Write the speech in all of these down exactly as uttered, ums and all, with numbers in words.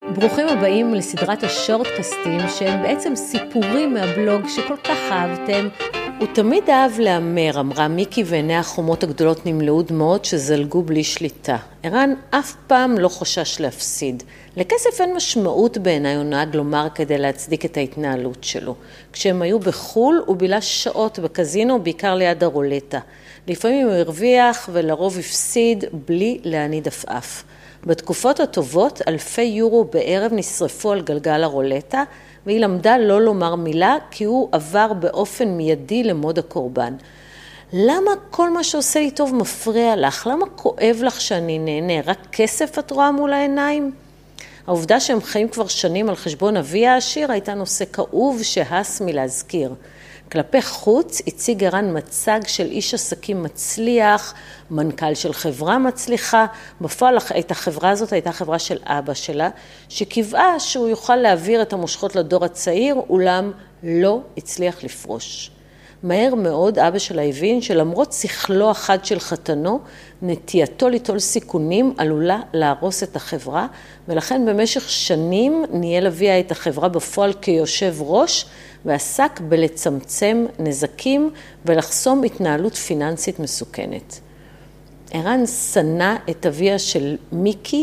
ברוכים הבאים לסדרת השורטקסטים שהם בעצם סיפורים מהבלוג שכל כך אהבתם. הוא תמיד אהב לאמר, אמרה מיקי, ועיני החומות הגדולות נמלאו דמעות שזלגו בלי שליטה. ערן אף פעם לא חושש להפסיד. לכסף אין משמעות בעיניי, הוא נהג לומר כדי להצדיק את ההתנהלות שלו. כשהם היו בחול הוא בילה שעות בקזינו, בעיקר ליד הרולטה. לפעמים הוא הרוויח ולרוב הפסיד בלי להניד עפעף. בתקופות הטובות אלפי יורו בערב נשרפו על גלגל הרולטה, והיא למדה לא לומר מילה כי הוא עבר באופן מיידי למוד הקורבן. למה כל מה שעושה לי טוב מפריע לך? למה כואב לך שאני נהנה? רק כסף את רואה מול העיניים? העובדה שהם חיים כבר שנים על חשבון אבי העשיר הייתה נושא כאוב שהס מלהזכיר. כלפי חוץ הציג ערן מצג של איש עסקים מצליח, מנכ"ל של חברה מצליחה. בפועל את החברה הזאת הייתה חברה של אבא שלה, שקיווה שהוא יוכל להעביר את המושכות לדור הצעיר, אולם לא הצליח לפרוש. מהר מאוד אבא שלה הבין שלמרות שכלו החד של חתנו, נטייתו ליטול סיכונים עלולה להרוס את החברה, ולכן במשך שנים ניהל אביה את החברה בפועל כיושב ראש, ועסק בלצמצם נזקים ולחסום התנהלות פיננסית מסוכנת. ערן שנא את אביה של מיקי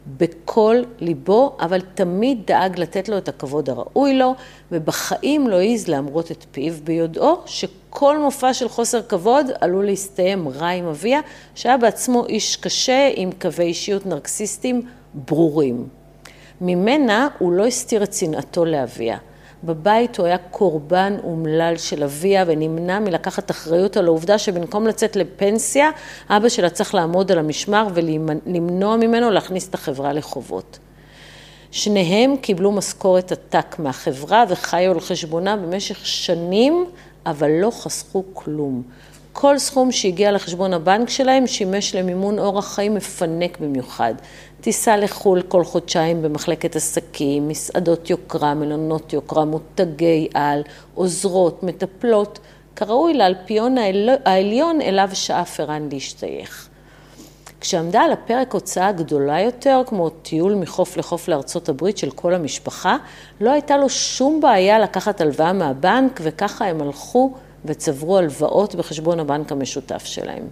בכל ליבו, אבל תמיד דאג לתת לו את הכבוד הראוי לו, ובחיים לא העז להמרות את פיו, ביודעו שכל מופע של חוסר כבוד עלול להסתיים רע עם אביה, שהיה בעצמו איש קשה עם קווי אישיות נרקסיסטים ברורים. ממנה הוא לא הסתיר את שנאתו לאביה. בבית הוא היה קורבן אומלל של אביה, ונמנע מלקחת אחריות על העובדה שבמקום לצאת לפנסיה, אבא שלה צריך לעמוד על המשמר ולמנוע ממנו להכניס את החברה לחובות. שניהם קיבלו משכורת עתק מהחברה וחיו על חשבונה במשך שנים, אבל לא חסכו כלום. כל סכום שהגיע לחשבון הבנק שלהם שימש למימון אורח חיים מפנק במיוחד. טיסה לחול כל חודשיים במחלקת עסקים, מסעדות יוקרה, מלונות יוקרה, מותגי על, עוזרות, מטפלות, כראוי לאלפיון העליון אליו שאף ערן להשתייך. כשעמדה על הפרק הוצאה גדולה יותר, כמו טיול מחוף לחוף לארצות הברית של כל המשפחה, לא הייתה לו שום בעיה לקחת הלוואה מהבנק, וככה הם הלכו וצברו הלוואות בחשבון הבנק המשותף שלהם.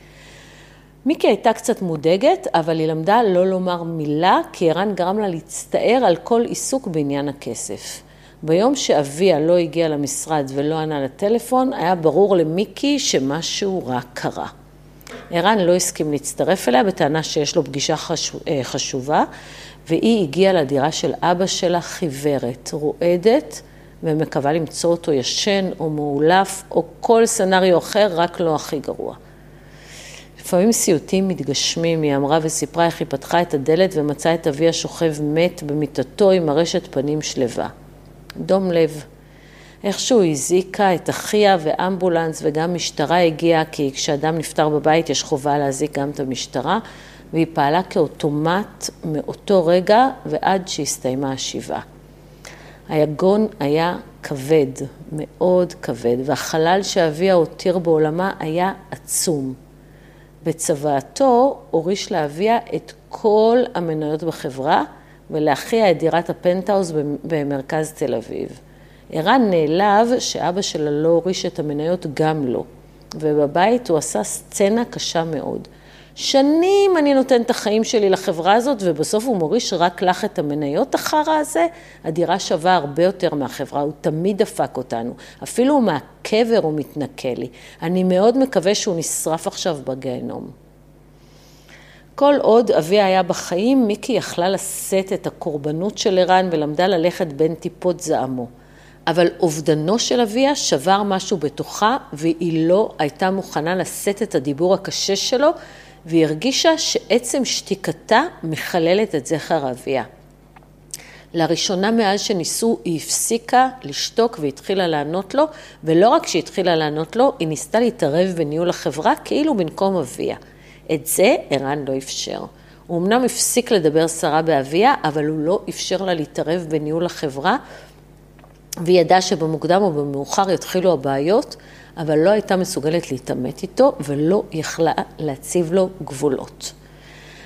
מיקי הייתה קצת מודאגת, אבל היא למדה לא לומר מילה, כי ערן גרם לה להצטער על כל עיסוק בעניין הכסף. ביום שאביה לא הגיע למשרד ולא ענה לטלפון, היה ברור למיקי שמשהו רע קרה. ערן לא הסכים להצטרף אליה בטענה שיש לו פגישה חשובה, והיא הגיעה לדירה של אבא שלה חיוורת, רועדת, ומקווה למצוא אותו ישן או מעולף, או כל סנריו אחר, רק לא הכי גרוע. לפעמים סיוטים מתגשמים, היא אמרה וסיפרה איך היא פתחה את הדלת ומצאה את אביה שוכב מת במיטתו עם הרשת פנים שלווה. דום לב. איכשהו הזיקה את אחיה ואמבולנס וגם משטרה הגיעה, כי כשאדם נפטר בבית יש חובה להזיק גם את המשטרה, והיא פעלה כאוטומט מאותו רגע ועד שהסתיימה השבעה. היגון היה כבד, מאוד כבד, והחלל שאביה הותיר בעולמה היה עצום. בצוואתו הוריש לאביה את כל המניות בחברה, ולאחיה את דירת הפנטהאוס במרכז תל אביב. ערן נעלב שאבא שלה לא הוריש את המניות גם לו, ובבית הוא עשה סצנה קשה מאוד. שנים אני נותן את החיים שלי לחברה הזאת, ובסוף הוא מוריש רק לך את המניות אחר הזה. הדירה שווה הרבה יותר מהחברה, הוא תמיד דפק אותנו. אפילו מהקבר הוא מתנקה לי. אני מאוד מקווה שהוא נשרף עכשיו בגיהנום. כל עוד אביה היה בחיים, מיקי יכלה לשאת את הקורבנות של ערן ולמדה ללכת בין טיפות זעמו. אבל אובדנו של אביה שבר משהו בתוכה, והיא לא הייתה מוכנה לשאת את הדיבור הקשה שלו, והיא הרגישה שעצם שתיקתה מחללת את זכר אביה. לראשונה מאז שניסו היא הפסיקה לשתוק והתחילה לענות לו, ולא רק שהיא התחילה לענות לו, היא ניסתה להתערב בניהול החברה כאילו במקום אביה. את זה ערן לא אפשר. הוא אמנם הפסיק לדבר שרה באביה, אבל הוא לא אפשר לה להתערב בניהול החברה, והיא ידעה שבמוקדם או במאוחר יתחילו הבעיות, אבל לא הייתה מסוגלת להתאמת איתו ולא יכלה להציב לו גבולות.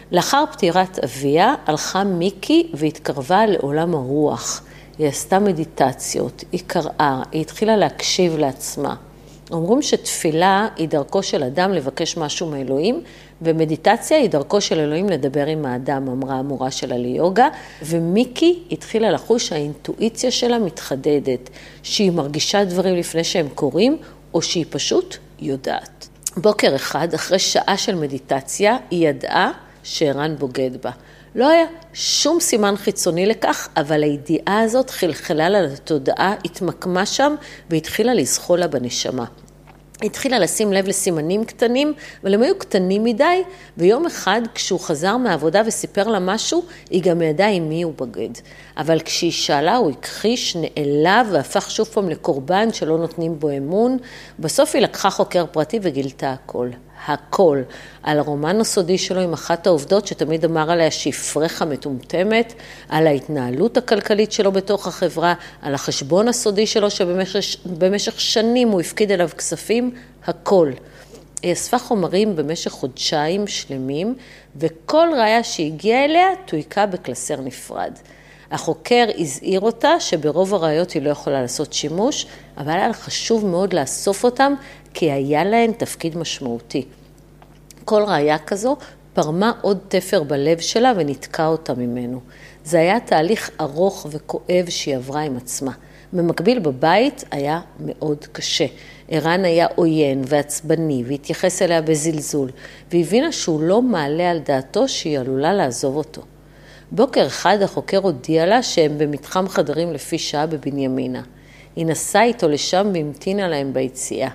לאחר פטירת אביה, הלכה מיקי והתקרבה לעולם הרוח. היא עשתה מדיטציות, היא קראה, היא התחילה להקשיב לעצמה. אומרים שתפילה היא דרכו של אדם לבקש משהו מאלוהים, ומדיטציה היא דרכו של אלוהים לדבר עם האדם, אמרה המורה שלה ליוגה, ומיקי התחילה לחוש שהאינטואיציה שלה מתחדדת, שהיא מרגישה דברים לפני שהם קורים, או שהיא פשוט יודעת. בוקר אחד, אחרי שעה של מדיטציה, היא ידעה שערן בוגד בה. לא היה שום סימן חיצוני לכך, אבל הידיעה הזאת חלחלה לה לתודעה, התמקמה שם והתחילה לזחול לה בנשמה. היא התחילה לשים לב לסימנים קטנים, אבל הם היו קטנים מדי, ויום אחד כשהוא חזר מהעבודה וסיפר לה משהו, היא גם ידעה עם מי הוא בגד. אבל כשהיא שאלה, הוא הכחיש, נעלב והפך שוב פעם לקורבן שלא נותנים בו אמון. בסוף היא לקחה חוקר פרטי וגילתה הכל. הכל. על הרומן הסודי שלו עם אחת העובדות שתמיד אמר עליה שהיא פרחה מטומטמת, על ההתנהלות הכלכלית שלו בתוך החברה, על החשבון הסודי שלו שבמשך שנים הוא הפקיד אליו כספים, הכל. היא אספה חומרים במשך חודשיים שלמים, וכל ראיה שהגיעה אליה תויקה בקלסר נפרד. החוקר הזהיר אותה שברוב הראיות היא לא יכולה לעשות שימוש, אבל היה חשוב מאוד לאסוף אותם, כי היה להן תפקיד משמעותי. כל ראיה כזו פרמה עוד תפר בלב שלה ונתקע אותה ממנו. זה היה תהליך ארוך וכואב שהיא עברה עם עצמה. במקביל בבית היה מאוד קשה. ערן היה עוין ועצבני והתייחס אליה בזלזול, והבינה שהוא לא מעלה על דעתו שהיא עלולה לעזוב אותו. בוקר אחד החוקר הודיע לה שהם במתחם חדרים לפי שעה בבנימינה. היא נסעה איתו לשם והמתינה להם ביציאה.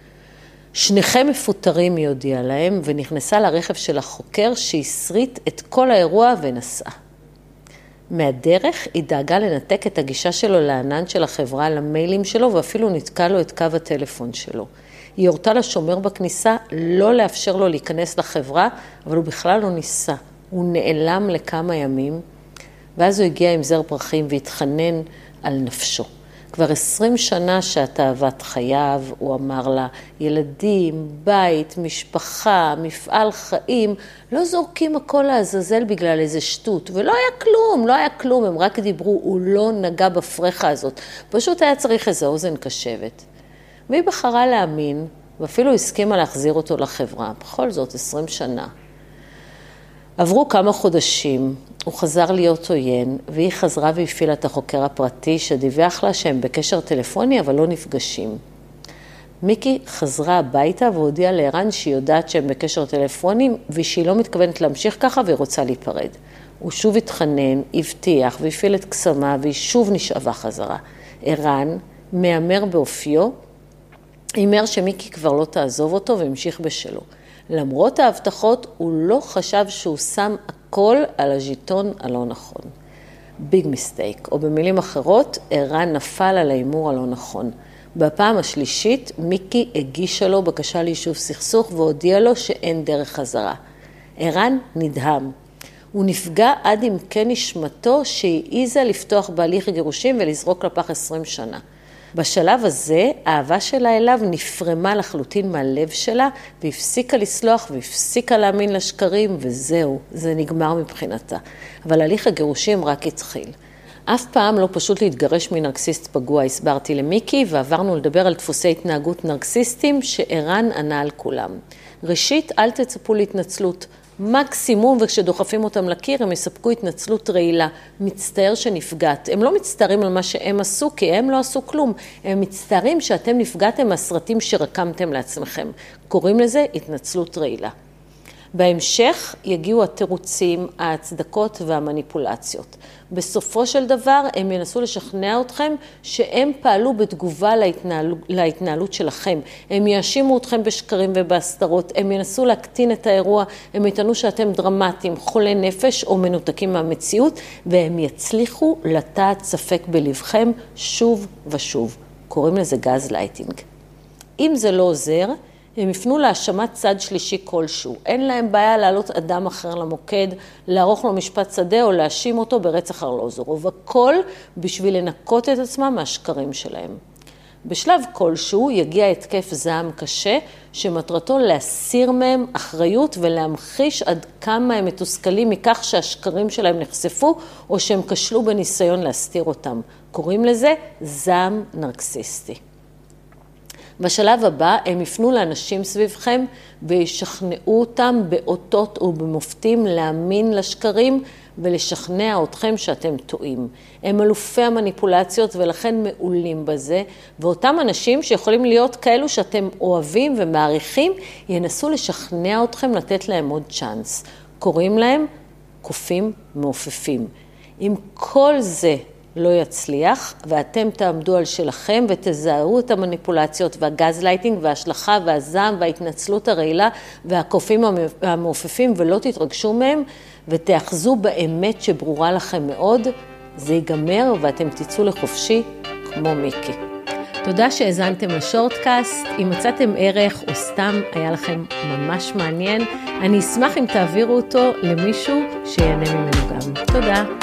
שניכם מפוטרים, היא הודיעה להם, ונכנסה לרכב של החוקר שהסריט את כל האירוע ונסעה. מהדרך היא דאגה לנתק את הגישה שלו לענן של החברה, למיילים שלו, ואפילו נתקע לו את קו הטלפון שלו. היא הורתה לשומר בכניסה לא לאפשר לו להיכנס לחברה, אבל הוא בכלל לא ניסה. הוא נעלם לכמה ימים, ואז הוא הגיע עם זר פרחים והתחנן על נפשו. כבר עשרים שנה שאת אהבת חייו, הוא אמר לה, ילדים, בית, משפחה, מפעל חיים, לא זורקים הכל לעזאזל בגלל איזה שטות, ולא היה כלום, לא היה כלום, הם רק דיברו, הוא לא נגע בפרחה הזאת, פשוט היה צריך איזה אוזן קשבת. והיא בחרה להאמין, ואפילו הסכימה להחזיר אותו לחברה, בכל זאת עשרים שנה. עברו כמה חודשים, הוא חזר להיות עוין, והיא חזרה והפעילה את החוקר הפרטי שדיווח לה שהם בקשר טלפוני אבל לא נפגשים. מיקי חזרה הביתה והודיעה לערן שהיא יודעת שהם בקשר טלפוני ושהיא לא מתכוונת להמשיך ככה והיא רוצה להיפרד. הוא שוב התחנן, הבטיח והפעיל את קסמה והיא שוב נשאבה חזרה. ערן, מאמר באופיו, אמר שמיקי כבר לא תעזוב אותו והמשיך בשלו. למרות ההבטחות, הוא לא חשב שהוא שם הכל על הז'יטון הלא נכון. ביג מיסטייק, או במילים אחרות, ערן נפל על האימור הלא נכון. בפעם השלישית, מיקי הגישה לו בקשה ליישוב סכסוך והודיע לו שאין דרך חזרה. ערן נדהם. הוא נפגע עד עמקי נשמתו שהעיזה לפתוח בהליך גירושים ולזרוק לפח עשרים שנה. בשלב הזה, האהבה שלה אליו נפרמה לחלוטין מהלב שלה, והפסיקה לסלוח והפסיקה להאמין לשקרים, וזהו, זה נגמר מבחינתה. אבל הליך הגירושים רק התחיל. אף פעם לא פשוט להתגרש מנרקסיסט פגוע, הסברתי למיקי, ועברנו לדבר על דפוסי התנהגות נרקסיסטים שערן ענה על כולם. ראשית, אל תצפו להתנצלות. מקסימום, וכשדוחפים אותם לקיר, הם יספקו התנצלות רעילה. מצטער שנפגעת. הם לא מצטערים על מה שהם עשו, כי הם לא עשו כלום. הם מצטערים שאתם נפגעתם מהסרטים שרקמתם לעצמכם. קוראים לזה התנצלות רעילה. בהמשך יגיעו התירוצים, ההצדקות והמניפולציות. בסופו של דבר הם ינסו לשכנע אתכם שהם פעלו בתגובה להתנהל... להתנהלות שלכם. הם יאשימו אתכם בשקרים ובהסתרות, הם ינסו להקטין את האירוע, הם יטענו שאתם דרמטיים, חולי נפש או מנותקים מהמציאות, והם יצליחו לטעת ספק בלבכם שוב ושוב. קוראים לזה גז לייטינג. אם זה לא עוזר, הם יפנו להאשמת צד שלישי כלשהו. אין להם בעיה להעלות אדם אחר למוקד, לערוך לו משפט שדה או להאשים אותו ברצח ארלוזורוב. הכל בשביל לנקות את עצמם מהשקרים שלהם. בשלב כלשהו יגיע התקף זעם קשה, שמטרתו להסיר מהם אחריות ולהמחיש עד כמה הם מתוסכלים מכך שהשקרים שלהם נחשפו, או שהם כשלו בניסיון להסתיר אותם. קוראים לזה זעם נרקסיסטי. בשלב הבא הם יפנו לאנשים סביבכם וישכנעו אותם באותות ובמופתים להאמין לשקרים ולשכנע אתכם שאתם טועים. הם אלופי המניפולציות ולכן מעולים בזה, ואותם אנשים שיכולים להיות כאלו שאתם אוהבים ומעריכים, ינסו לשכנע אתכם לתת להם עוד צ'אנס. קוראים להם קופים מעופפים. אם כל זה לא יצליח, ואתם תעמדו על שלכם ותזהרו את המניפולציות והגזלייטינג וההשלכה והזעם וההתנצלות הרעילה והקופים המעופפים ולא תתרגשו מהם ותאחזו באמת שברורה לכם מאוד, זה ייגמר ואתם תצאו לחופשי כמו מיקי. תודה שהזנתם לשורטקאסט. אם מצאתם ערך או סתם היה לכם ממש מעניין, אני אשמח אם תעבירו אותו למישהו שיהנה ממנו גם. תודה.